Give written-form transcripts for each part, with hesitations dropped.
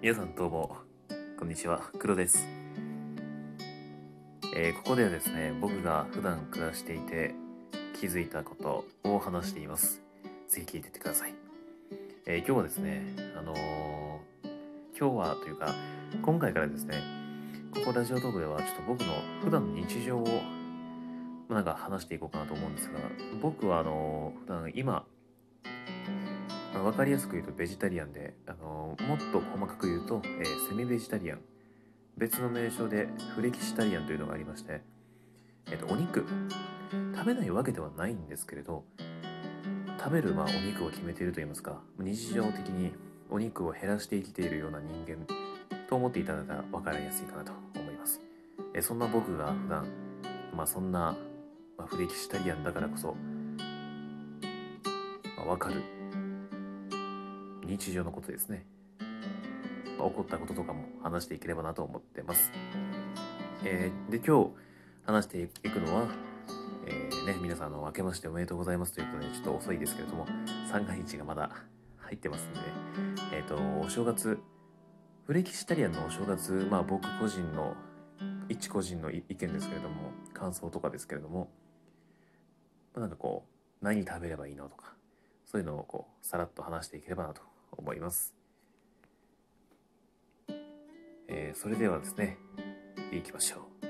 皆さんどうもこんにちは、黒です。ここではですね、僕が普段暮らしていて気づいたことを話しています。ぜひ聞いてってください。今日はですね、今日はというか今回からですね、ここラジオトークではちょっと僕の普段の日常をなんか話していこうかなと思うんですが、僕は普段今分かりやすく言うとベジタリアンで、もっと細かく言うと、セミベジタリアン、別の名称でフレキシタリアンというのがありまして、お肉食べないわけではないんですけれど、食べるお肉を決めていると言いますか、日常的にお肉を減らして生きているような人間と思っていただいたら分かりやすいかなと思います。そんな僕が普段、そんな、フレキシタリアンだからこそ、分かる日常のことですね。起こったこととかも話していければなと思ってます。で今日話していくのは、皆さん明けましておめでとうございますということで、ちょっと遅いですけれども、三が日がまだ入ってますんで、お正月、フレキシタリアンのお正月、僕個人の一個人の意見ですけれども、感想とかですけれども、なんかこう何食べればいいのとか、そういうのをこうさらっと話していければなと思います。それではですね、いきましょう。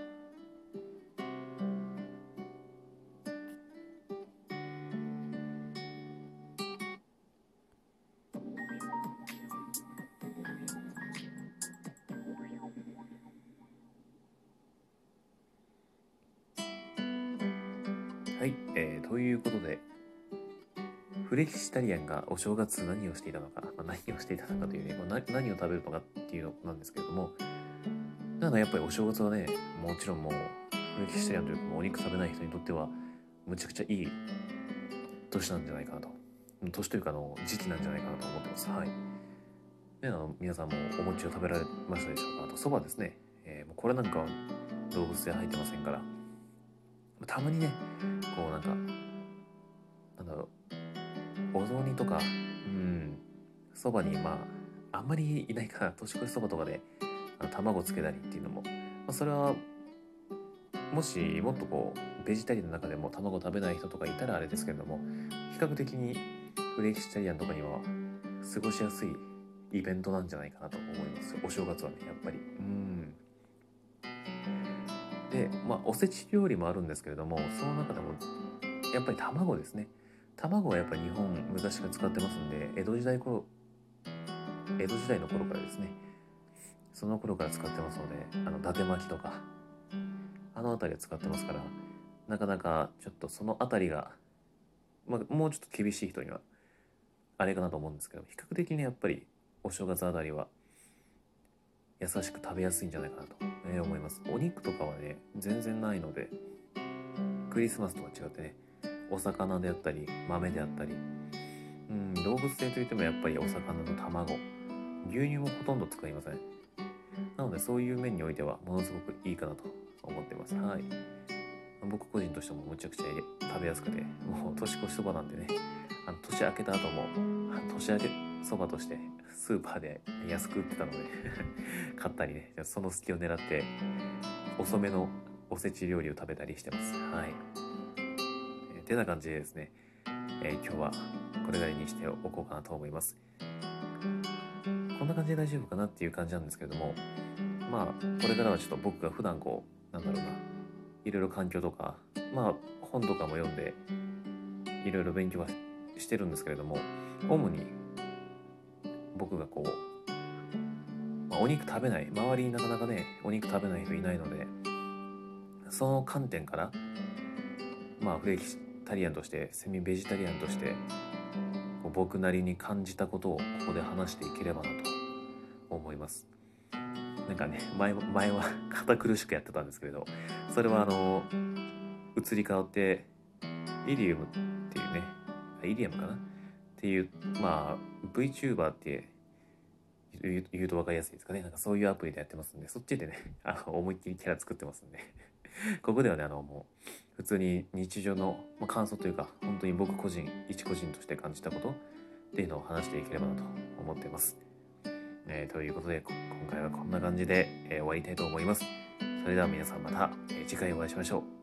はい、ということで、フレキシタリアンがお正月何をしていたのか、何をしていたのかというね、何を食べるのかっていうのなんですけれども、やっぱりお正月はね、もちろんもうフレキシタリアンというかお肉食べない人にとってはむちゃくちゃいい年なんじゃないかなと、年というか時期なんじゃないかなと思ってます。はい。で、皆さんもお餅を食べられましたでしょうか。あとそばですね。もうこれなんかは動物性入ってませんから、たまにね、こうなんだろう、お雑煮とか、そばにあんまりいないから年越しそばとかで卵つけたりっていうのも、それはもしもっとこうベジタリアンの中でも卵食べない人とかいたらあれですけれども、比較的にフレキシタリアンとかには過ごしやすいイベントなんじゃないかなと思います。お正月はね、やっぱりで、おせち料理もあるんですけれども、その中でもやっぱり卵ですね。卵はやっぱり日本昔から使ってますんで、江戸時代の頃からですね、その頃から使ってますので、伊達巻きとかあの辺りは使ってますから、なかなかちょっとその辺りが、もうちょっと厳しい人にはあれかなと思うんですけど、比較的にやっぱりお正月あたりは優しく食べやすいんじゃないかなと、思います。お肉とかはね全然ないので、クリスマスとは違ってね、お魚であったり豆であったり、動物性といってもやっぱりお魚の卵、牛乳もほとんど使いません。なのでそういう面においてはものすごくいいかなと思ってます。はい。僕個人としてもむちゃくちゃ食べやすくて、もう年越しそばなんでね、年明けた後も年明けそばとしてスーパーで安く売ってたので買ったりね、その隙を狙って遅めのおせち料理を食べたりしてます。はい。てな感じでですね、今日はこれぐらいにしておこうかなと思います。こんな感じで大丈夫かなっていう感じなんですけれども、これからはちょっと僕が普段こういろいろ環境とか、本とかも読んでいろいろ勉強はしてるんですけれども、主に僕がこう、お肉食べない、周りになかなかねお肉食べない人いないので、その観点からフレキシタリアンとしてセミベジタリアンとしてこう僕なりに感じたことをここで話していければなと思います。なんかね、前は堅苦しくやってたんですけれど、それは移り変わってイリウムっていうね、イリアムかなっていう、VTuber って言うと分かりやすいですかね。なんかそういうアプリでやってますんで、そっちでね、思いっきりキャラ作ってますんでここではね、もう普通に日常の、感想というか、本当に僕一個人として感じたことっていうのを話していければなと思っています。 ということで今回はこんな感じで、終わりたいと思います。それでは皆さんまた、次回お会いしましょう。